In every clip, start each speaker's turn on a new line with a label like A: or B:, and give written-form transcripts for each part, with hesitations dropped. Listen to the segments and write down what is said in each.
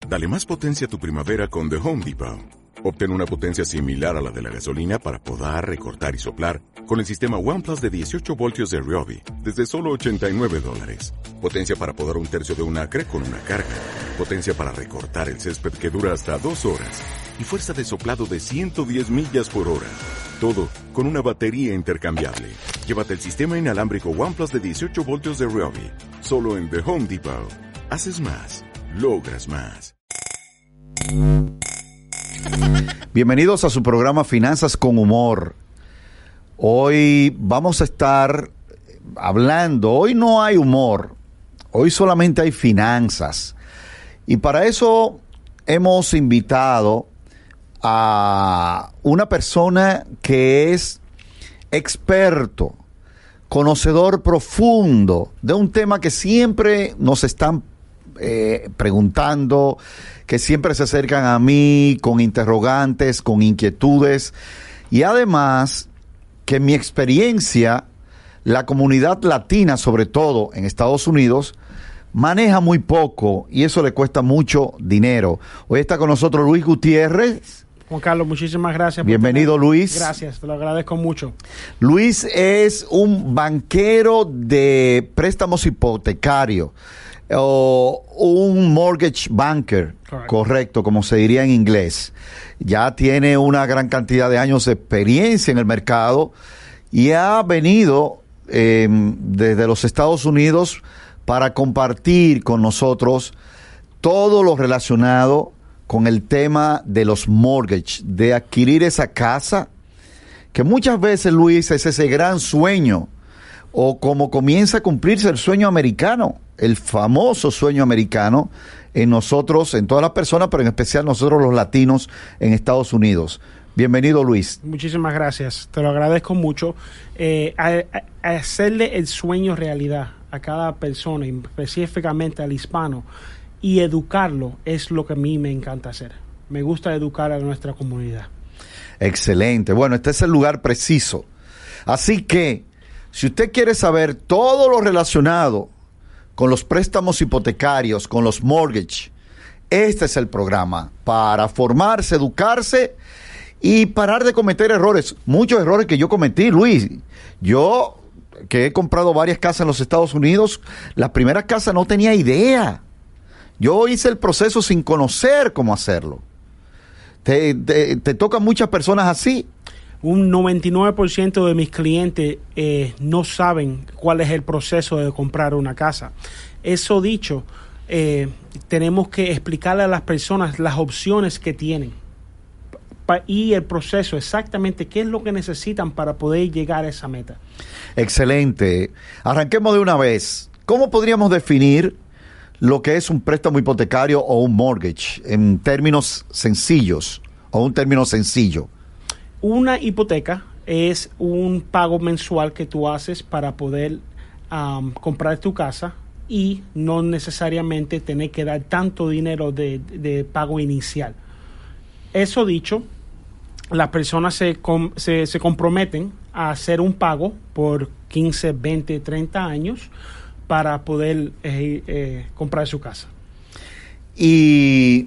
A: Dale más potencia a tu primavera con The Home Depot. Obtén una potencia similar a la de la gasolina para podar, recortar y soplar con el sistema OnePlus de 18 voltios de Ryobi desde solo $89. Potencia para podar un tercio de un acre con una carga. Potencia para recortar el césped que dura hasta 2 horas. Y fuerza de soplado de 110 millas por hora. Todo con una batería intercambiable. Llévate el sistema inalámbrico OnePlus de 18 voltios de Ryobi. Solo en The Home Depot. Haces más. Logras más.
B: Bienvenidos a su programa Finanzas con Humor. Hoy vamos a estar hablando, hoy no hay humor, hoy solamente hay finanzas. Y para eso hemos invitado a una persona que es experto, conocedor profundo de un tema que siempre nos están preguntando, que siempre se acercan a mí con interrogantes, con inquietudes, y además que en mi experiencia la comunidad latina, sobre todo en Estados Unidos, maneja muy poco y eso le cuesta mucho dinero. Hoy está con nosotros Luis Gutiérrez.
C: Juan Carlos, muchísimas gracias.
B: Bienvenido, Luis.
C: Gracias, te lo agradezco mucho.
B: Luis es un banquero de préstamos hipotecarios, o un mortgage banker, correcto, como se diría en inglés. Ya tiene una gran cantidad de años de experiencia en el mercado y ha venido desde los Estados Unidos para compartir con nosotros todo lo relacionado con el tema de los mortgage, de adquirir esa casa, que muchas veces, Luis, es ese gran sueño, o como comienza a cumplirse el sueño americano, el famoso sueño americano en nosotros, en todas las personas, pero en especial nosotros los latinos en Estados Unidos. Bienvenido, Luis.
C: Muchísimas gracias, te lo agradezco mucho. A hacerle el sueño realidad a cada persona, específicamente al hispano, y educarlo es lo que a mí me encanta hacer. Me gusta educar a nuestra comunidad.
B: Excelente. Bueno, este es el lugar preciso. Así que, si usted quiere saber todo lo relacionado con los préstamos hipotecarios, con los mortgage, este es el programa para formarse, educarse y parar de cometer errores. Muchos errores que yo cometí, Luis. Yo, que he comprado varias casas en los Estados Unidos, las primeras casas no tenía idea. Yo hice el proceso sin conocer cómo hacerlo. ¿Te tocan muchas personas así?
C: Un 99% de mis clientes no saben cuál es el proceso de comprar una casa. Eso dicho, tenemos que explicarle a las personas las opciones que tienen y el proceso, exactamente qué es lo que necesitan para poder llegar a esa meta. Excelente.
B: Arranquemos de una vez. ¿Cómo podríamos definir lo que es un préstamo hipotecario o un mortgage en términos sencillos o un término sencillo?
C: Una hipoteca es un pago mensual que tú haces para poder comprar tu casa y no necesariamente tener que dar tanto dinero de pago inicial. Eso dicho, las personas se comprometen a hacer un pago por 15, 20, 30 años para poder comprar su casa.
B: Y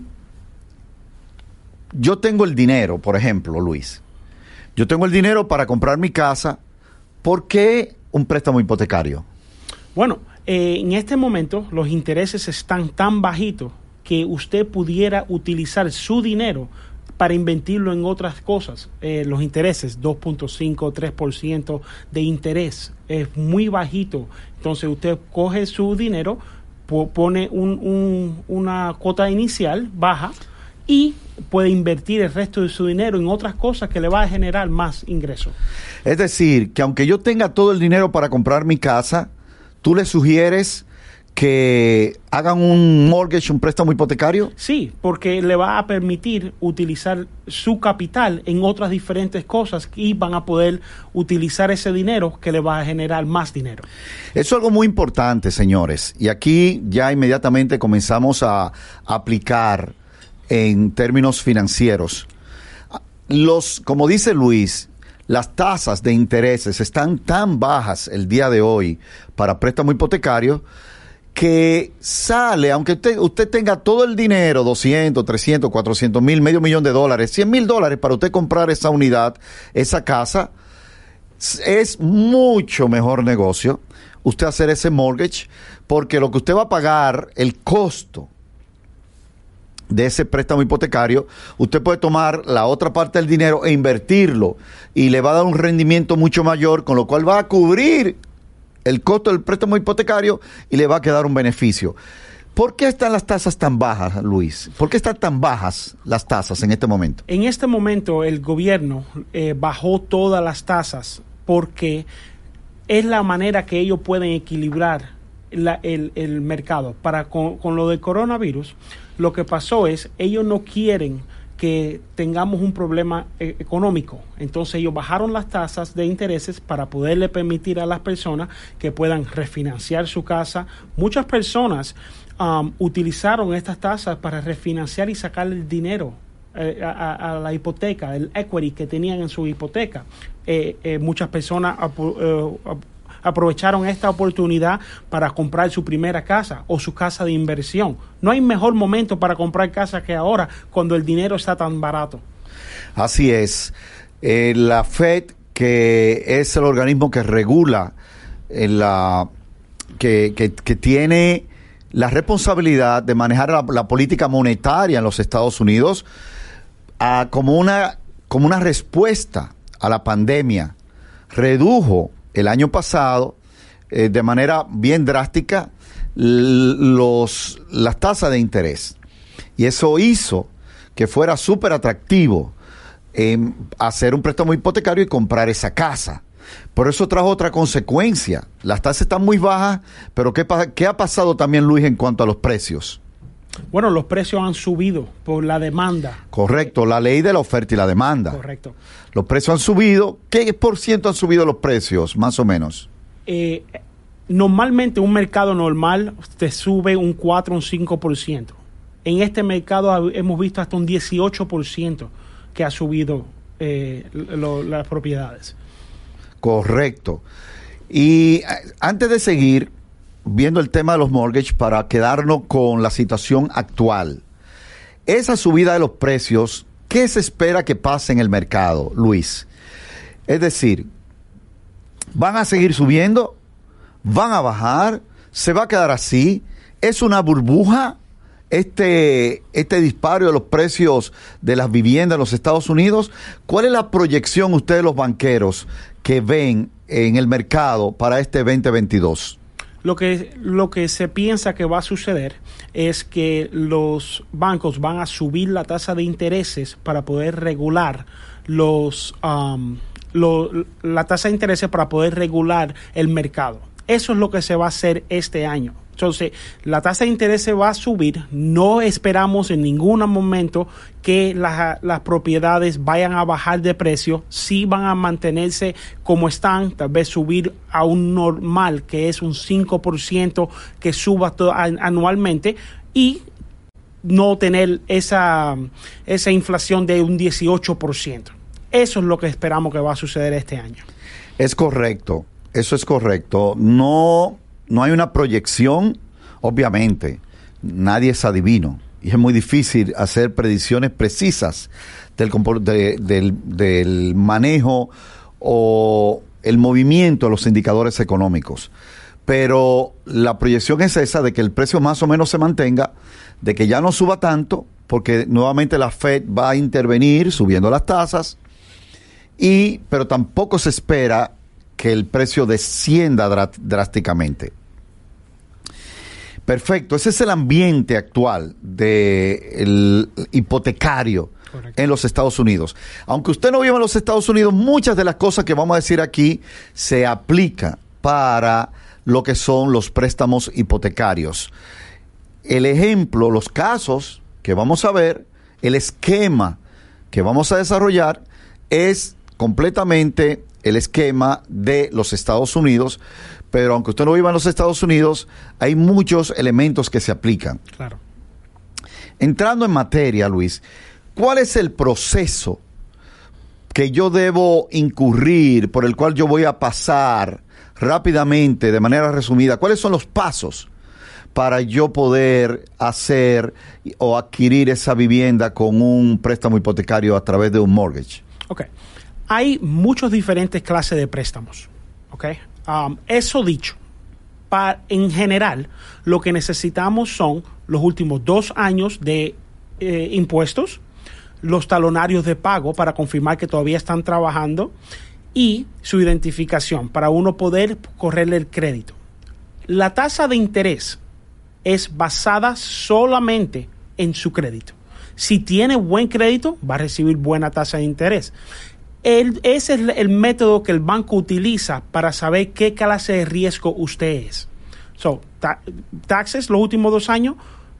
B: yo tengo el dinero, por ejemplo, Luis. Yo tengo el dinero para comprar mi casa. ¿Por qué un préstamo hipotecario?
C: Bueno, en este momento los intereses están tan bajitos que usted pudiera utilizar su dinero para invertirlo en otras cosas. Los intereses, 2.5, 3% de interés, es muy bajito. Entonces usted coge su dinero, pone una cuota inicial baja y puede invertir el resto de su dinero en otras cosas que le va a generar más ingresos.
B: Es decir, que aunque yo tenga todo el dinero para comprar mi casa, tú le sugieres que hagan un mortgage, un préstamo hipotecario.
C: Sí, porque le va a permitir utilizar su capital en otras diferentes cosas y van a poder utilizar ese dinero que le va a generar más dinero.
B: Eso es algo muy importante, señores. Y aquí ya inmediatamente comenzamos a aplicar en términos financieros. Como dice Luis, las tasas de intereses están tan bajas el día de hoy para préstamo hipotecario que sale, aunque usted tenga todo el dinero, 200, 300, 400 mil, medio millón de dólares, 100 mil dólares para usted comprar esa unidad, esa casa, es mucho mejor negocio usted hacer ese mortgage, porque lo que usted va a pagar, el costo de ese préstamo hipotecario, usted puede tomar la otra parte del dinero e invertirlo y le va a dar un rendimiento mucho mayor, con lo cual va a cubrir el costo del préstamo hipotecario y le va a quedar un beneficio. ¿Por qué están las tasas tan bajas, Luis? ¿Por qué están tan bajas las tasas en este momento?
C: En este momento el gobierno bajó todas las tasas porque es la manera que ellos pueden equilibrar el mercado. Con lo del coronavirus, lo que pasó es, ellos no quieren que tengamos un problema económico. Entonces ellos bajaron las tasas de intereses para poderle permitir a las personas que puedan refinanciar su casa. Muchas personas utilizaron estas tasas para refinanciar y sacar el dinero a la hipoteca, el equity que tenían en su hipoteca. Muchas personas aprovecharon esta oportunidad para comprar su primera casa o su casa de inversión. No hay mejor momento para comprar casa que ahora, cuando el dinero está tan barato.
B: Así es. La Fed, que es el organismo que regula, que tiene la responsabilidad de manejar la política monetaria en los Estados Unidos, como una respuesta a la pandemia, redujo el año pasado de manera bien drástica las tasas de interés, y eso hizo que fuera súper atractivo hacer un préstamo hipotecario y comprar esa casa. Por eso trajo otra consecuencia. Las tasas están muy bajas, pero ¿qué ha pasado también, Luis, en cuanto a los precios?
C: Bueno, los precios han subido por la demanda.
B: Correcto, la ley de la oferta y la demanda.
C: Correcto.
B: Los precios han subido. ¿Qué por ciento han subido los precios, más o menos?
C: Normalmente un mercado normal te sube un 4 o un 5%. En este mercado hemos visto hasta un 18% que ha subido las propiedades.
B: Correcto. Y antes de seguir viendo el tema de los mortgages, para quedarnos con la situación actual, esa subida de los precios, ¿qué se espera que pase en el mercado, Luis? Es decir, ¿van a seguir subiendo? ¿Van a bajar? ¿Se va a quedar así? ¿Es una burbuja este disparo de los precios de las viviendas en los Estados Unidos? ¿Cuál es la proyección ustedes, los banqueros, que ven en el mercado para este 2022?
C: Lo que se piensa que va a suceder es que los bancos van a subir la tasa de intereses para poder regular la tasa de intereses para poder regular el mercado. Eso es lo que se va a hacer este año. Entonces, la tasa de interés se va a subir. No esperamos en ningún momento que las propiedades vayan a bajar de precio. Sí van a mantenerse como están, tal vez subir a un normal, que es un 5% que suba anualmente, y no tener esa inflación de un 18%. Eso es lo que esperamos que va a suceder este año.
B: Es correcto, eso es correcto. No hay una proyección, obviamente, nadie es adivino y es muy difícil hacer predicciones precisas del manejo o el movimiento de los indicadores económicos. Pero la proyección es esa, de que el precio más o menos se mantenga, de que ya no suba tanto, porque nuevamente la Fed va a intervenir subiendo las tasas, pero tampoco se espera que el precio descienda drásticamente. Perfecto, ese es el ambiente actual del hipotecario. Correcto. En los Estados Unidos. Aunque usted no vive en los Estados Unidos, muchas de las cosas que vamos a decir aquí se aplican para lo que son los préstamos hipotecarios. El ejemplo, los casos que vamos a ver, el esquema que vamos a desarrollar es completamente el esquema de los Estados Unidos, pero aunque usted no viva en los Estados Unidos, hay muchos elementos que se aplican.
C: Claro.
B: Entrando en materia, Luis, ¿cuál es el proceso que yo debo incurrir, por el cual yo voy a pasar rápidamente, de manera resumida? ¿Cuáles son los pasos para yo poder hacer o adquirir esa vivienda con un préstamo hipotecario a través de un mortgage?
C: Ok. Hay muchos diferentes clases de préstamos. Ok. Eso dicho, en general, lo que necesitamos son los últimos 2 años de impuestos, los talonarios de pago para confirmar que todavía están trabajando y su identificación para uno poder correrle el crédito. La tasa de interés es basada solamente en su crédito. Si tiene buen crédito, va a recibir buena tasa de interés. Ese es el método que el banco utiliza para saber qué clase de riesgo usted es. Taxes, los últimos 2 años,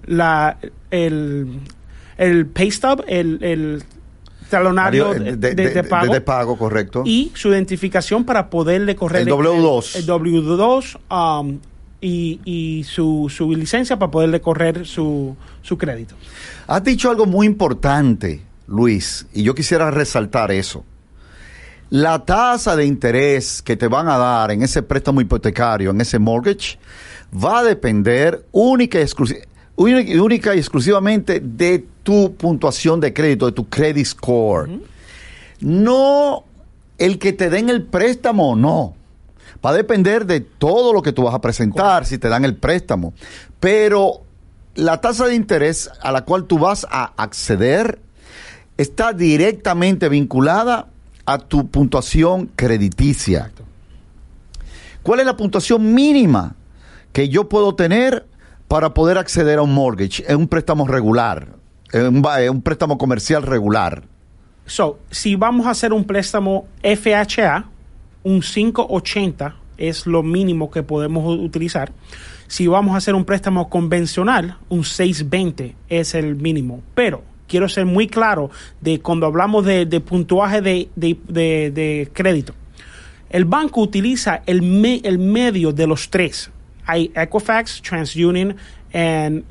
C: el pay stub, el talonario de pago.
B: De pago, correcto.
C: Y su identificación para poderle correr
B: el W2.
C: El W2 y su licencia para poderle correr su crédito.
B: Has dicho algo muy importante, Luis, y yo quisiera resaltar eso. La tasa de interés que te van a dar en ese préstamo hipotecario, en ese mortgage, va a depender única y exclusivamente de tu puntuación de crédito, de tu credit score. Uh-huh. No el que te den el préstamo, no. Va a depender de todo lo que tú vas a presentar, si te dan el préstamo. Pero la tasa de interés a la cual tú vas a acceder está directamente vinculada a tu puntuación crediticia. Exacto. ¿Cuál es la puntuación mínima que yo puedo tener para poder acceder a un mortgage, en un préstamo regular, en un préstamo comercial regular?
C: Si vamos a hacer un préstamo FHA, un 580 es lo mínimo que podemos utilizar. Si vamos a hacer un préstamo convencional, un 620 es el mínimo. Pero quiero ser muy claro de cuando hablamos de puntuaje de crédito. El banco utiliza el medio de los 3. Hay Equifax, TransUnion and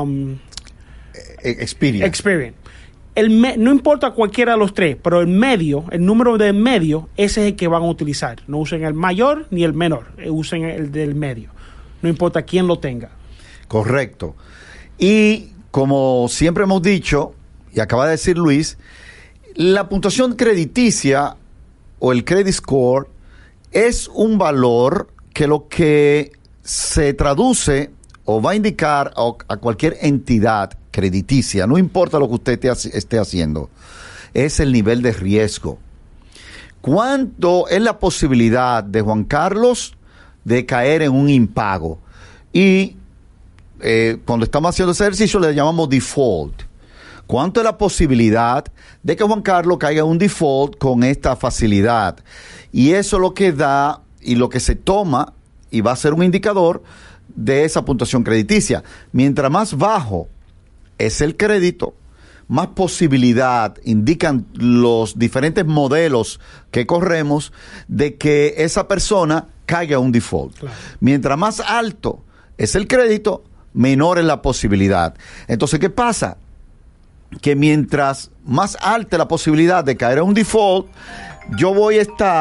C: Experian. No importa cualquiera de los 3, pero el número del medio, ese es el que van a utilizar. No usen el mayor ni el menor, usen el del medio. No importa quién lo tenga.
B: Correcto. Y como siempre hemos dicho, y acaba de decir Luis, la puntuación crediticia o el credit score es un valor que lo que se traduce o va a indicar a cualquier entidad crediticia, no importa lo que usted esté haciendo, es el nivel de riesgo. ¿Cuánto es la posibilidad de Juan Carlos de caer en un impago? Y cuando estamos haciendo ese ejercicio le llamamos default. ¿Cuánto es la posibilidad de que Juan Carlos caiga en un default con esta facilidad? Y eso es lo que da y lo que se toma y va a ser un indicador de esa puntuación crediticia. Mientras más bajo es el crédito, más posibilidad indican los diferentes modelos que corremos de que esa persona caiga en un default. Claro. Mientras más alto es el crédito, menor es la posibilidad. Entonces, ¿qué pasa? Que mientras más alta la posibilidad de caer en un default, voy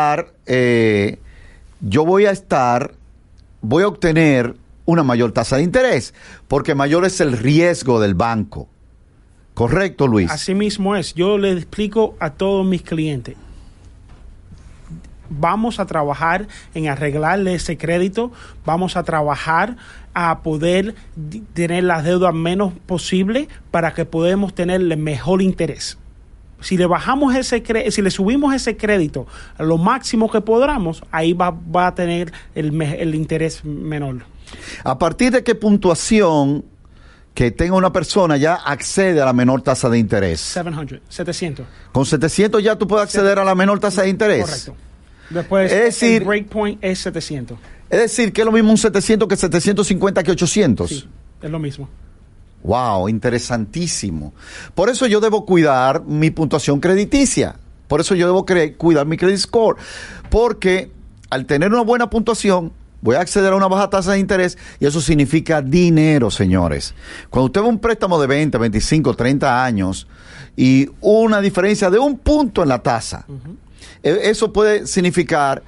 B: a obtener una mayor tasa de interés, porque mayor es el riesgo del banco. ¿Correcto, Luis?
C: Así mismo es. Yo le explico a todos mis clientes. Vamos a trabajar en arreglarle ese crédito, vamos a trabajar a poder tener las deudas menos posible para que podamos tenerle mejor interés. Si le bajamos si le subimos ese crédito a lo máximo que podamos, ahí va a tener el interés menor.
B: ¿A partir de qué puntuación que tenga una persona ya accede a la menor tasa de interés?
C: 700.
B: ¿Con 700 ya tú puedes acceder a la menor tasa de interés?
C: Correcto. Después el breakpoint es 700.
B: Es decir, que es lo mismo un 700 que 750 que 800.
C: Sí, es lo mismo.
B: Wow, interesantísimo. Por eso yo debo cuidar mi puntuación crediticia. Por eso yo debo cuidar mi credit score. Porque al tener una buena puntuación, voy a acceder a una baja tasa de interés y eso significa dinero, señores. Cuando usted ve un préstamo de 20, 25, 30 años y una diferencia de 1 punto en la tasa, eso puede significar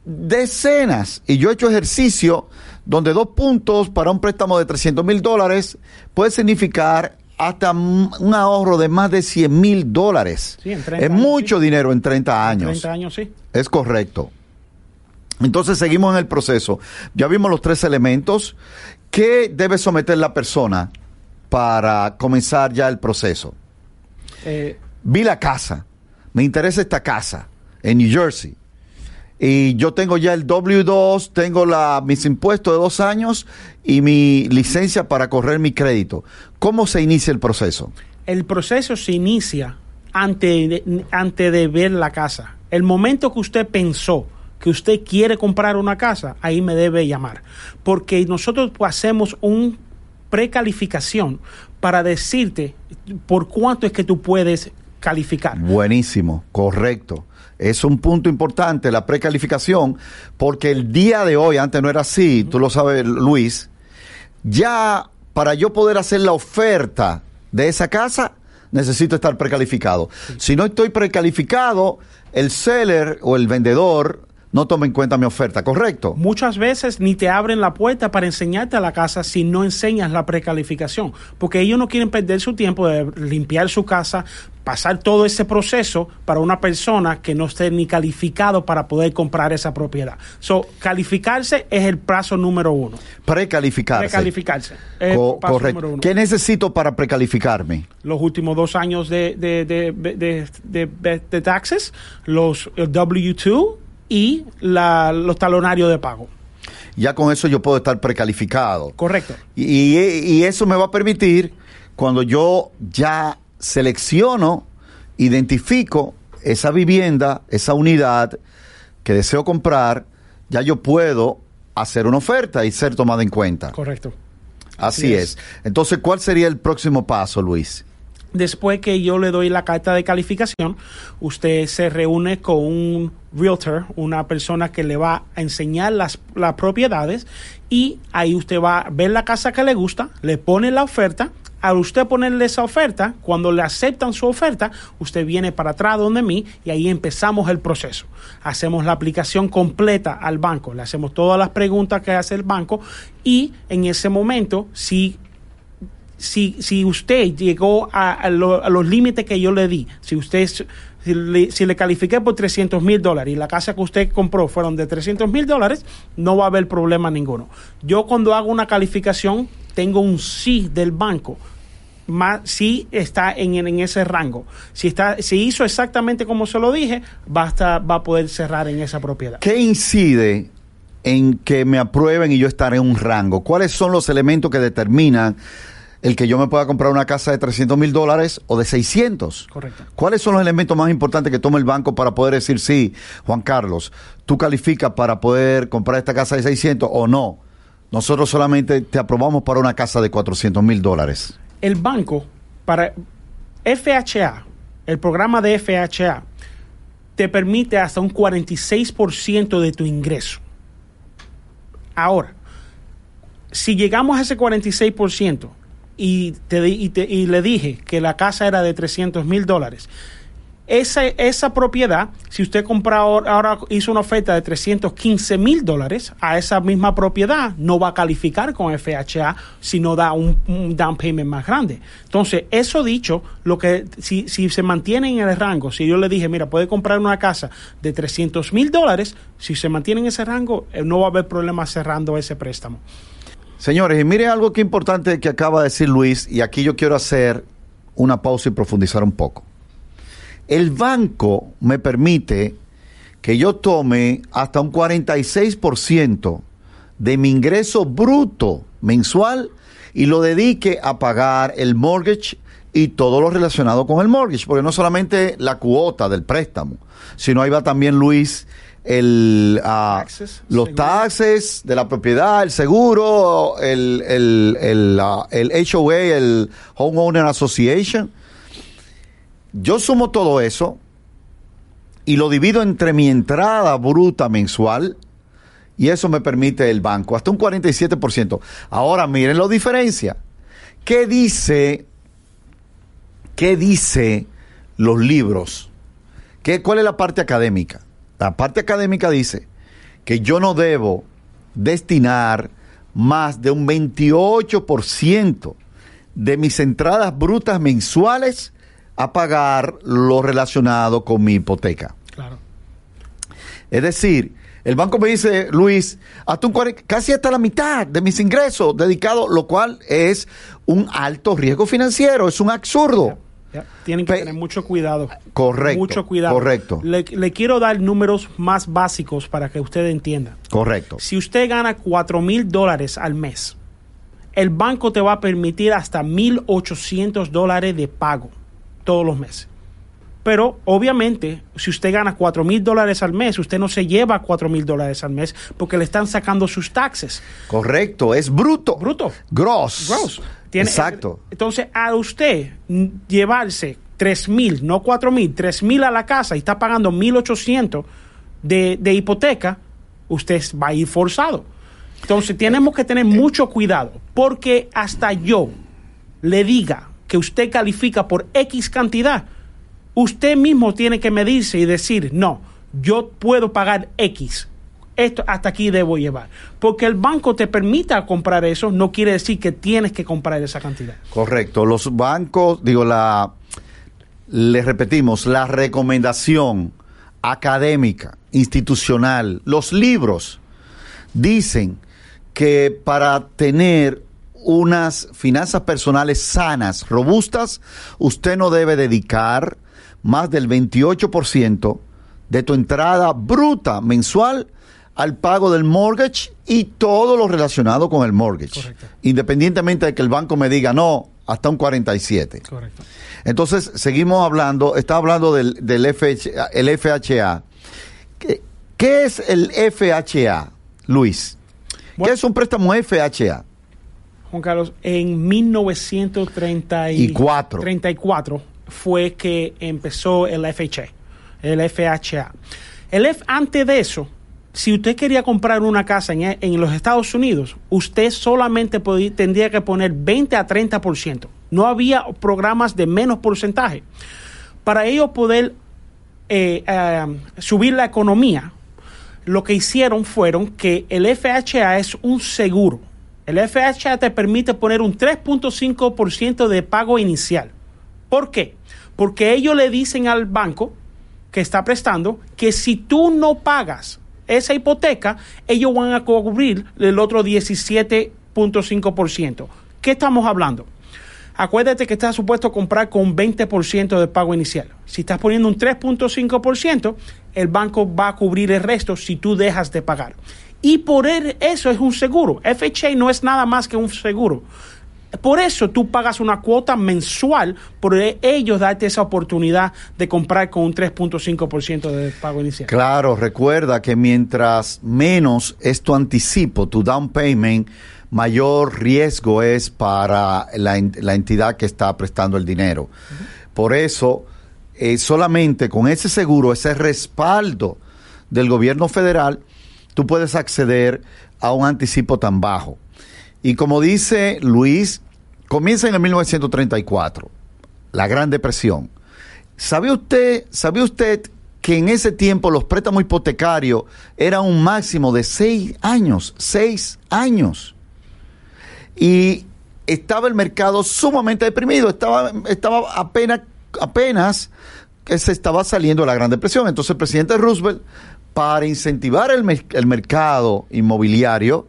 B: decenas. Y yo he hecho ejercicio donde 2 puntos para un préstamo de $300,000 puede significar hasta un ahorro de más de $100,000.
C: Sí, en 30
B: es
C: años,
B: mucho dinero en 30 años.
C: 30 años, sí.
B: Es correcto. Entonces seguimos en el proceso. Ya vimos los 3 elementos. ¿Qué debe someter la persona para comenzar ya el proceso? Vi la casa. Me interesa esta casa en New Jersey. Y yo tengo ya el W2, tengo mis impuestos de 2 años y mi licencia para correr mi crédito. ¿Cómo se inicia el proceso?
C: El proceso se inicia antes de ver la casa. El momento que usted pensó que usted quiere comprar una casa, ahí me debe llamar. Porque nosotros hacemos un precalificación para decirte por cuánto es que tú puedes calificar.
B: Buenísimo, correcto. Es un punto importante la precalificación, porque el día de hoy, antes no era así, tú lo sabes, Luis, ya para yo poder hacer la oferta de esa casa, necesito estar precalificado. Sí. Si no estoy precalificado, el seller o el vendedor no toma en cuenta mi oferta, ¿correcto?
C: Muchas veces ni te abren la puerta para enseñarte a la casa si no enseñas la precalificación, porque ellos no quieren perder su tiempo de limpiar su casa, pasar todo ese proceso para una persona que no esté ni calificado para poder comprar esa propiedad. Calificarse es el paso número 1.
B: Precalificarse.
C: Precalificarse. Es el paso
B: correcto.
C: Número 1.
B: ¿Qué necesito para precalificarme?
C: Los últimos 2 años de taxes, el W2 y los talonarios de pago.
B: Ya con eso yo puedo estar precalificado.
C: Correcto.
B: Y eso me va a permitir, cuando yo ya selecciono, identifico esa vivienda, esa unidad que deseo comprar, ya yo puedo hacer una oferta y ser tomada en cuenta.
C: Correcto.
B: Así es. Entonces, ¿cuál sería el próximo paso, Luis?
C: Después que yo le doy la carta de calificación, usted se reúne con un realtor, una persona que le va a enseñar las propiedades, y ahí usted va a ver la casa que le gusta, le pone la oferta. Al usted ponerle esa oferta, cuando le aceptan su oferta, usted viene para atrás donde mí y ahí empezamos el proceso. Hacemos la aplicación completa al banco, le hacemos todas las preguntas que hace el banco, y en ese momento, si usted llegó a los límites que yo le di, si le califiqué por $300,000 y la casa que usted compró fueron de $300,000, no va a haber problema ninguno. Yo, cuando hago una calificación, tengo un sí del banco, sí está en ese rango. Si hizo exactamente como se lo dije, va a poder cerrar en esa propiedad.
B: ¿Qué incide en que me aprueben y yo estaré en un rango? ¿Cuáles son los elementos que determinan el que yo me pueda comprar una casa de $300,000 o de 600?
C: Correcto.
B: ¿Cuáles son los elementos más importantes que toma el banco para poder decir, sí, Juan Carlos, tú calificas para poder comprar esta casa de 600 o no? Nosotros solamente te aprobamos para una casa de $400,000.
C: El banco, para FHA, el programa de FHA, te permite hasta un 46% de tu ingreso. Ahora, si llegamos a ese 46%, y le dije que la casa era de $300,000, esa propiedad, si usted compra ahora hizo una oferta de $315,000 a esa misma propiedad, no va a calificar con FHA si no da un down payment más grande. Entonces, eso dicho, si se mantiene en el rango, si yo le dije, mira, puede comprar una casa de $300,000, si se mantiene en ese rango, no va a haber problema cerrando ese préstamo.
B: Señores, y mire algo que importante que acaba de decir Luis, y aquí yo quiero hacer una pausa y profundizar un poco. El banco me permite que yo tome hasta un 46% de mi ingreso bruto mensual y lo dedique a pagar el mortgage y todo lo relacionado con el mortgage, porque no solamente la cuota del préstamo, sino ahí va también, Luis, los taxes de la propiedad, el seguro, el HOA, el Homeowner Association. Yo sumo todo eso y lo divido entre mi entrada bruta mensual, y eso me permite el banco hasta un 47%. Ahora miren la diferencia. ¿Qué dice los libros? ¿Cuál es la parte académica? La parte académica dice que yo no debo destinar más de un 28% de mis entradas brutas mensuales a pagar lo relacionado con mi hipoteca.
C: Claro.
B: Es decir, el banco me dice, Luis, casi hasta la mitad de mis ingresos dedicados, lo cual es un alto riesgo financiero, es un absurdo.
C: Tienen que tener mucho cuidado.
B: Correcto.
C: Mucho cuidado.
B: Correcto.
C: Le quiero dar números más básicos para que usted entienda.
B: Correcto.
C: Si usted gana $4,000 al mes, el banco te va a permitir hasta $1,800 de pago todos los meses. Pero obviamente, si usted gana $4,000 al mes, usted no se lleva $4,000 al mes porque le están sacando sus taxes.
B: Correcto, es bruto.
C: Bruto.
B: Gross. Exacto.
C: Entonces, a usted llevarse 3,000, no 4,000, 3,000 a la casa y está pagando 1,800 de hipoteca, usted va a ir forzado. Entonces, tenemos que tener mucho cuidado, porque hasta yo le diga que usted califica por X cantidad, usted mismo tiene que medirse y decir, no, yo puedo pagar X. Esto hasta aquí debo llevar. Porque el banco te permita comprar eso, no quiere decir que tienes que comprar esa cantidad.
B: Correcto. Los bancos, les repetimos, la recomendación académica, institucional, los libros dicen que para tener unas finanzas personales sanas, robustas, usted no debe dedicar más del 28% de tu entrada bruta mensual al pago del mortgage y todo lo relacionado con el mortgage.
C: Correcto.
B: Independientemente de que el banco me diga, no, hasta un 47%.
C: Correcto.
B: Entonces, seguimos hablando, estaba hablando del el FHA. ¿Qué es el FHA, Luis?
C: Bueno,
B: ¿qué es un préstamo FHA?
C: Juan Carlos, en 1934 fue que empezó el FHA. Antes de eso, si usted quería comprar una casa en los Estados Unidos, usted solamente tendría que poner 20 a 30%. No había programas de menos porcentaje. Para ellos poder subir la economía, lo que hicieron fueron que el FHA es un seguro. El FHA te permite poner un 3.5% de pago inicial. ¿Por qué? Porque ellos le dicen al banco que está prestando que si tú no pagas esa hipoteca, ellos van a cubrir el otro 17.5%. ¿Qué estamos hablando? Acuérdate que estás supuesto a comprar con 20% de pago inicial. Si estás poniendo un 3.5%, el banco va a cubrir el resto si tú dejas de pagar. Y por eso es un seguro. FHA no es nada más que un seguro. Por eso tú pagas una cuota mensual por ellos darte esa oportunidad de comprar con un 3.5% de pago inicial.
B: Claro, recuerda que mientras menos es tu anticipo, tu down payment, mayor riesgo es para la entidad que está prestando el dinero. Uh-huh. Por eso, solamente con ese seguro, ese respaldo del gobierno federal, tú puedes acceder a un anticipo tan bajo. Y como dice Luis, comienza en el 1934, la Gran Depresión. ¿Sabe usted que en ese tiempo los préstamos hipotecarios eran un máximo de 6 años? 6 años. Y estaba el mercado sumamente deprimido, estaba apenas que se estaba saliendo de la Gran Depresión. Entonces el presidente Roosevelt, para incentivar el mercado inmobiliario,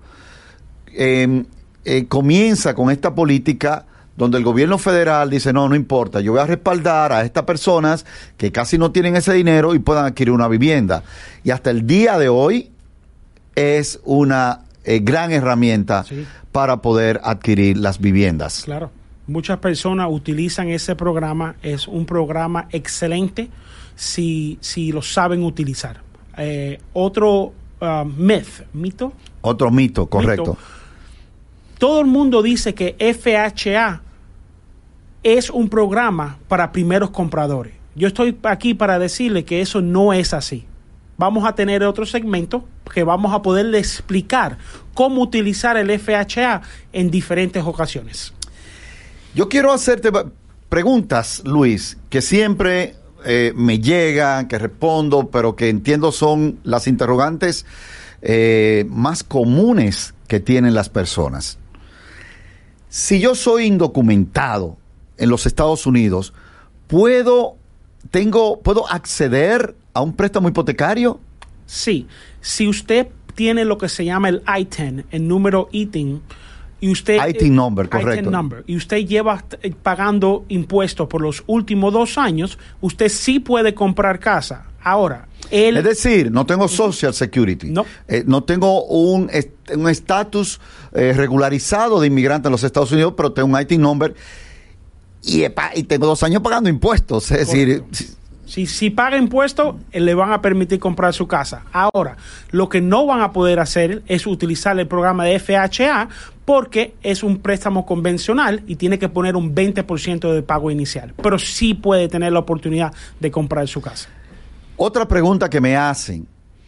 B: comienza con esta política donde el gobierno federal dice, no importa, yo voy a respaldar a estas personas que casi no tienen ese dinero y puedan adquirir una vivienda. Y hasta el día de hoy es una gran herramienta para poder adquirir las viviendas.
C: Claro, muchas personas utilizan ese programa, es un programa excelente si lo saben utilizar. Otro mito.
B: Otro mito, correcto.
C: Todo el mundo dice que FHA es un programa para primeros compradores. Yo estoy aquí para decirle que eso no es así. Vamos a tener otro segmento que vamos a poderle explicar cómo utilizar el FHA en diferentes ocasiones.
B: Yo quiero hacerte preguntas, Luis, que siempre me llegan, que respondo, pero que entiendo son las interrogantes más comunes que tienen las personas. Si yo soy indocumentado en los Estados Unidos, ¿puedo acceder a un préstamo hipotecario?
C: Sí. Si usted tiene lo que se llama el ITIN, el número ITIN, y usted
B: ITIN number, correcto.
C: ITIN number, y usted lleva pagando impuestos por los últimos 2 años, usted sí puede comprar casa. Ahora,
B: es decir, no tengo Social Security, no tengo un estatus regularizado de inmigrante en los Estados Unidos, pero tengo un ITIN number y tengo 2 años pagando impuestos. Es decir,
C: si paga impuestos, le van a permitir comprar su casa. Ahora, lo que no van a poder hacer es utilizar el programa de FHA porque es un préstamo convencional y tiene que poner un 20% de pago inicial. Pero sí puede tener la oportunidad de comprar su casa.
B: Otra pregunta que me hacen,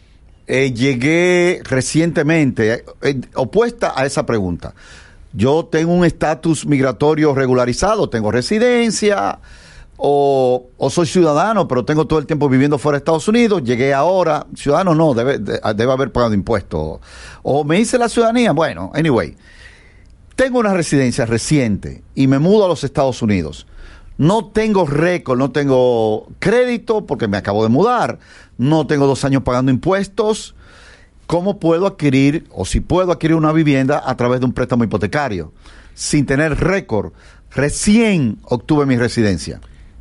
B: llegué recientemente, opuesta a esa pregunta. Yo tengo un estatus migratorio regularizado, tengo residencia o soy ciudadano, pero tengo todo el tiempo viviendo fuera de Estados Unidos. Llegué ahora, ciudadano no, debe haber pagado impuestos. O me hice la ciudadanía, bueno, anyway. Tengo una residencia reciente y me mudo a los Estados Unidos. No tengo récord, no tengo crédito porque me acabo de mudar. No tengo 2 años pagando impuestos. ¿Cómo puedo adquirir, o si puedo adquirir una vivienda a través de un préstamo hipotecario sin tener récord? Recién obtuve mi residencia.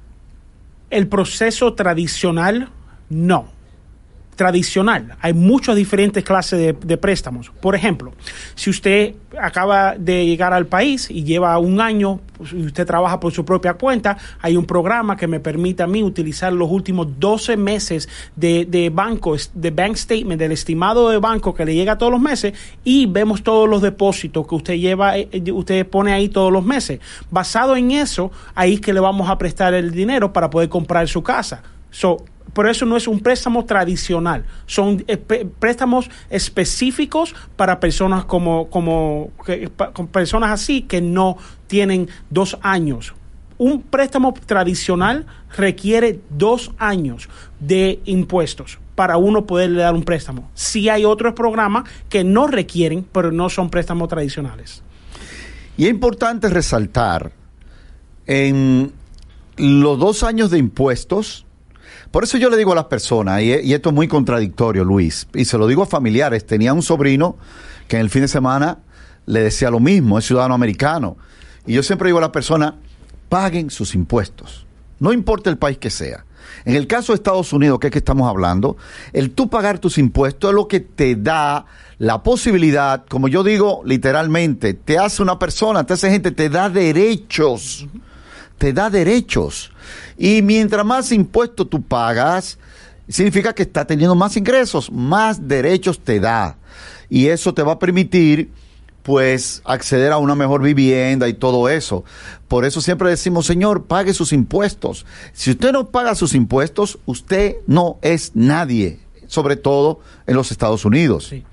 C: El proceso tradicional, no. Tradicional. Hay muchas diferentes clases de préstamos. Por ejemplo, si usted acaba de llegar al país y lleva 1 año, y usted trabaja por su propia cuenta, hay un programa que me permite a mí utilizar los últimos 12 meses de banco, de bank statement, del estimado de banco que le llega todos los meses, y vemos todos los depósitos que usted pone ahí todos los meses. Basado en eso, ahí es que le vamos a prestar el dinero para poder comprar su casa. Por eso no es un préstamo tradicional, son préstamos específicos para personas con personas así que no tienen 2 años. Un préstamo tradicional requiere 2 años de impuestos para uno poderle dar un préstamo. Sí hay otros programas que no requieren, pero no son préstamos tradicionales.
B: Y es importante resaltar en los 2 años de impuestos. Por eso yo le digo a las personas, y esto es muy contradictorio, Luis, y se lo digo a familiares. Tenía un sobrino que en el fin de semana le decía lo mismo, es ciudadano americano. Y yo siempre digo a las personas, paguen sus impuestos, no importa el país que sea. En el caso de Estados Unidos, que es que estamos hablando, el tú pagar tus impuestos es lo que te da la posibilidad, como yo digo literalmente, te hace una persona, te hace gente, te da derechos. Te da derechos. Y mientras más impuestos tú pagas, significa que estás teniendo más ingresos, más derechos te da. Y eso te va a permitir, pues, acceder a una mejor vivienda y todo eso. Por eso siempre decimos, señor, pague sus impuestos. Si usted no paga sus impuestos, usted no es nadie, sobre todo en los Estados Unidos. Sí.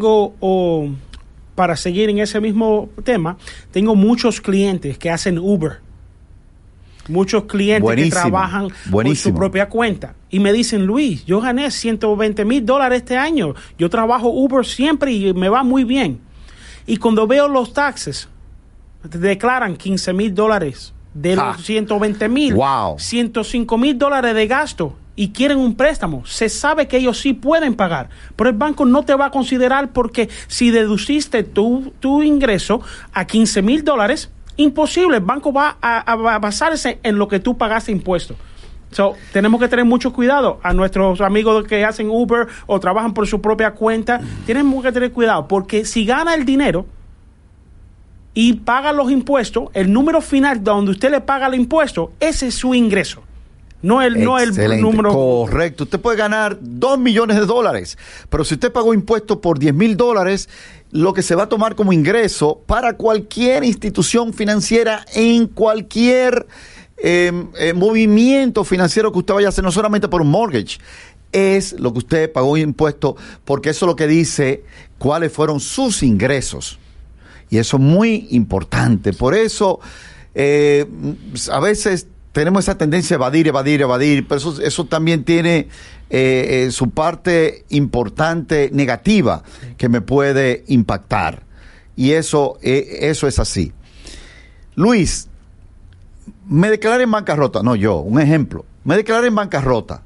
C: Para seguir en ese mismo tema, tengo muchos clientes que hacen Uber. Muchos clientes que trabajan por su propia cuenta. Y me dicen, Luis, yo gané $120,000 este año. Yo trabajo Uber siempre y me va muy bien. Y cuando veo los taxes, te declaran $15,000 de los 120,000.
B: Wow.
C: $105,000 de gasto. Y quieren un préstamo. Se sabe que ellos sí pueden pagar. Pero el banco no te va a considerar porque si deduciste tu ingreso a $15,000, imposible, el banco va a basarse en lo que tú pagaste impuestos. Tenemos que tener mucho cuidado a nuestros amigos que hacen Uber o trabajan por su propia cuenta. Tenemos que tener cuidado porque si gana el dinero y paga los impuestos, el número final donde usted le paga el impuesto, ese es su ingreso. No el número.
B: Correcto. Usted puede ganar $2 millones, pero si usted pagó impuestos por $10,000, lo que se va a tomar como ingreso para cualquier institución financiera en cualquier movimiento financiero que usted vaya a hacer, no solamente por un mortgage, es lo que usted pagó impuestos, porque eso es lo que dice cuáles fueron sus ingresos. Y eso es muy importante. Por eso, a veces tenemos esa tendencia a evadir, pero eso también tiene su parte importante negativa que me puede impactar. Y eso es así. Luis, me declaré en bancarrota. No, un ejemplo. Me declaré en bancarrota.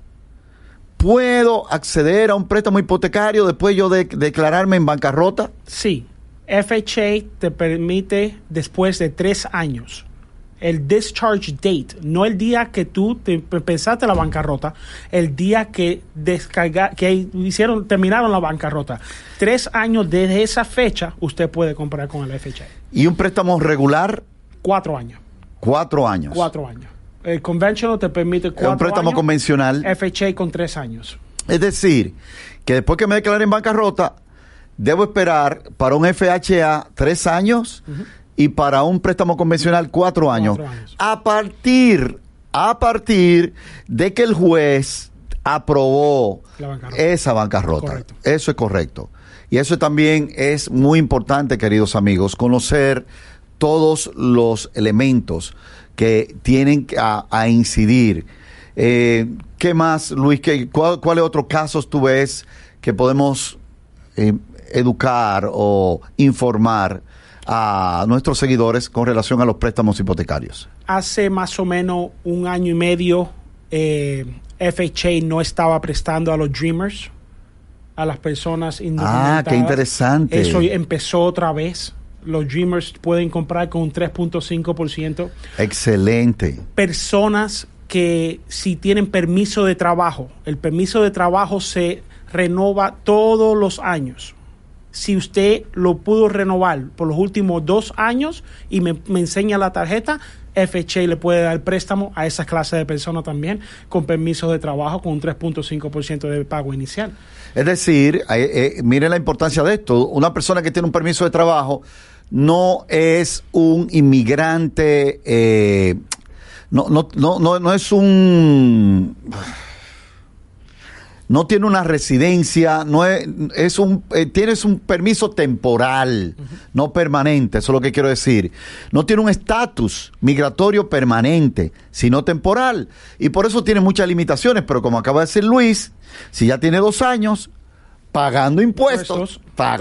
B: ¿Puedo acceder a un préstamo hipotecario después yo de declararme en bancarrota?
C: Sí. FHA te permite después de 3 años. El discharge date, no el día que tú pensaste la bancarrota, el día que terminaron la bancarrota. 3 años desde esa fecha, usted puede comprar con el FHA.
B: ¿Y un préstamo regular?
C: 4 años.
B: 4 años.
C: 4 años. El conventional te permite 4 años.
B: Un préstamo convencional.
C: FHA con 3 años.
B: Es decir, que después que me declare en bancarrota, debo esperar para un FHA 3 años y para un préstamo convencional 4 años.
C: 4 años.
B: A partir de que el juez aprobó esa bancarrota.
C: Correcto.
B: Eso es correcto. Y eso también es muy importante, queridos amigos, conocer todos los elementos que tienen a incidir. ¿Qué más, Luis? ¿Cuáles otros casos tú ves que podemos educar o informar a nuestros seguidores con relación a los préstamos hipotecarios?
C: Hace más o menos 1 año y medio, FHA no estaba prestando a los Dreamers, a las personas indocumentadas.
B: Qué interesante.
C: Eso empezó otra vez. Los Dreamers pueden comprar con un 3.5%.
B: Excelente.
C: Personas que si tienen permiso de trabajo, el permiso de trabajo se renova todos los años. Si usted lo pudo renovar por los últimos 2 años y me enseña la tarjeta, FHA le puede dar préstamo a esa clase de personas también con permiso de trabajo con un 3.5% de pago inicial. Es
B: decir, miren la importancia de esto. Una persona que tiene un permiso de trabajo no es un inmigrante, no es un... No tiene una residencia, tienes un permiso temporal, no permanente, eso es lo que quiero decir. No tiene un estatus migratorio permanente, sino temporal. Y por eso tiene muchas limitaciones, pero como acaba de decir Luis, si ya tiene 2 años pagando impuestos,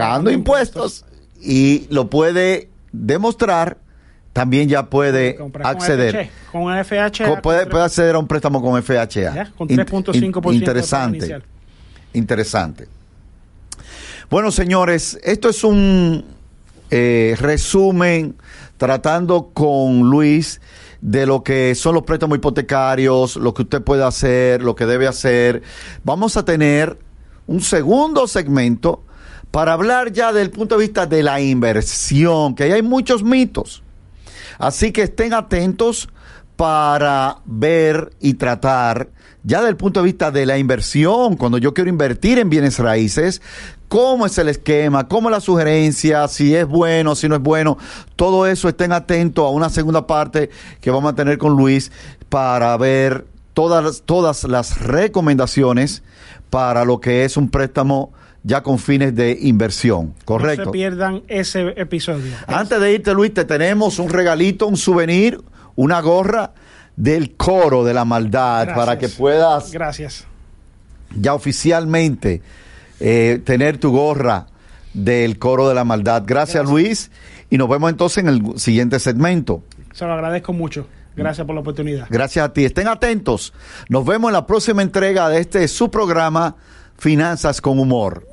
B: y lo puede demostrar, también ya puede acceder.
C: Con FHA.
B: Puede acceder a un préstamo con FHA.
C: ¿Ya? Con 3.5%.
B: Interesante. Interesante. Bueno, señores, esto es un resumen tratando con Luis de lo que son los préstamos hipotecarios, lo que usted puede hacer, lo que debe hacer. Vamos a tener un segundo segmento para hablar ya del punto de vista de la inversión, que ahí hay muchos mitos. Así que estén atentos para ver y tratar ya desde el punto de vista de la inversión, cuando yo quiero invertir en bienes raíces, cómo es el esquema, cómo es la sugerencia, si es bueno, si no es bueno, todo eso estén atentos a una segunda parte que vamos a tener con Luis para ver todas las recomendaciones para lo que es un préstamo ya con fines de inversión, ¿correcto?
C: No se pierdan ese episodio.
B: Antes de irte, Luis, te tenemos un regalito, un souvenir, una gorra del Coro de la Maldad. Gracias. Para que puedas ya oficialmente tener tu gorra del Coro de la Maldad. Gracias, Luis, y nos vemos entonces en el siguiente segmento.
C: Se lo agradezco mucho. Gracias por la oportunidad.
B: Gracias a ti. Estén atentos. Nos vemos en la próxima entrega de su programa Finanzas con Humor.